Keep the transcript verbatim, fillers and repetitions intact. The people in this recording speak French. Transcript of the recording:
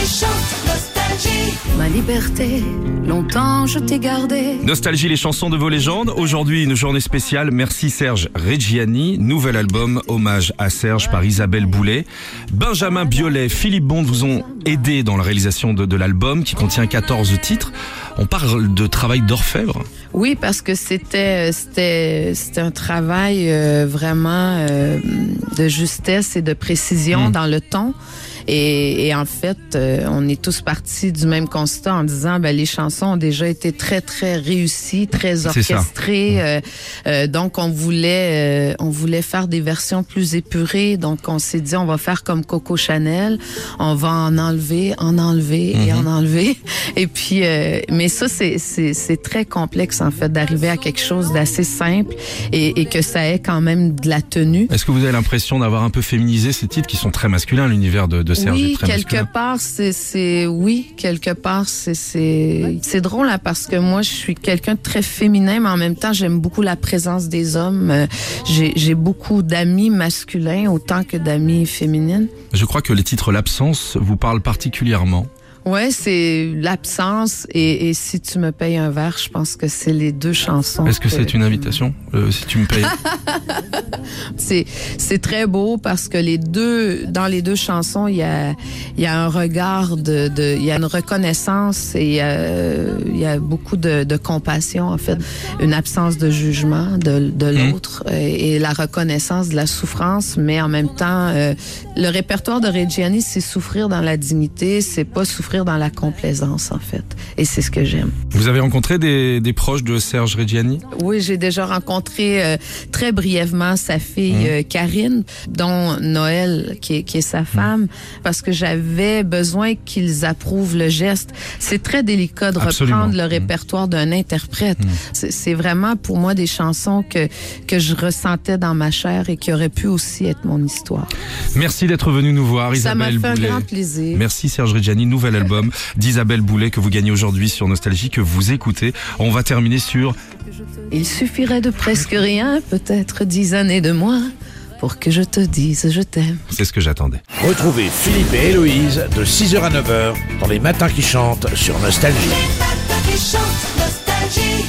Ma liberté, longtemps je t'ai gardé. Nostalgie, les chansons de vos légendes. Aujourd'hui, une journée spéciale. Merci Serge Reggiani. Nouvel album, hommage à Serge par Isabelle Boulay. Benjamin Biolay, Philippe Bond vous ont aidé dans la réalisation de, de l'album qui contient quatorze titres. On parle de travail d'orfèvre. Oui, parce que c'était c'était c'était un travail euh, vraiment euh, de justesse et de précision mmh. dans le ton. Et, et en fait, euh, on est tous partis du même constat en disant ben les chansons ont déjà été très très réussies, très orchestrées. Euh, euh, donc on voulait euh, on voulait faire des versions plus épurées. Donc on s'est dit on va faire comme Coco Chanel, on va en enlever, en enlever mm-hmm. et en enlever. Et puis euh, mais ça c'est c'est c'est très complexe en fait d'arriver à quelque chose d'assez simple et, et que ça ait quand même de la tenue. Est-ce que vous avez l'impression d'avoir un peu féminisé ces titres qui sont très masculins, l'univers de, de Serge oui, est très quelque masculin. part, c'est, c'est, oui, quelque part, c'est, c'est, c'est drôle, là, parce que moi, je suis quelqu'un de très féminin, mais en même temps, j'aime beaucoup la présence des hommes. Euh, j'ai, j'ai beaucoup d'amis masculins, autant que d'amis féminines. Je crois que les titres L'absence vous parlent particulièrement. Ouais, c'est l'absence et, et si tu me payes un verre, je pense que c'est les deux chansons. Est-ce que, que c'est une invitation, euh, si tu me payes? c'est c'est très beau parce que les deux dans les deux chansons, il y a il y a un regard de de il y a une reconnaissance et il y a il y a beaucoup de de compassion en fait, une absence de jugement de de l'autre mmh. et, et la reconnaissance de la souffrance, mais en même temps euh, le répertoire de Reggiani, c'est souffrir dans la dignité, c'est pas souffrir dans la complaisance, en fait. Et c'est ce que j'aime. Vous avez rencontré des, des proches de Serge Reggiani? Oui, j'ai déjà rencontré euh, très brièvement sa fille mmh. euh, Karine, dont Noël, qui est, qui est sa femme, mmh. parce que j'avais besoin qu'ils approuvent le geste. C'est très délicat de Absolument. reprendre le répertoire mmh. d'un interprète. Mmh. C'est, c'est vraiment, pour moi, des chansons que, que je ressentais dans ma chair et qui auraient pu aussi être mon histoire. Merci d'être venu nous voir, Isabelle Boulay. Ça m'a fait un grand plaisir. Merci Serge Reggiani. Nouvel album d'Isabelle Boulay que vous gagnez aujourd'hui sur Nostalgie, que vous écoutez. On va terminer sur... Il suffirait de presque rien, peut-être dix années de moins, pour que je te dise je t'aime. C'est ce que j'attendais. Retrouvez Philippe et Héloïse de six heures à neuf heures dans Les Matins qui chantent sur Nostalgie. Les matins qui chantent, Nostalgie.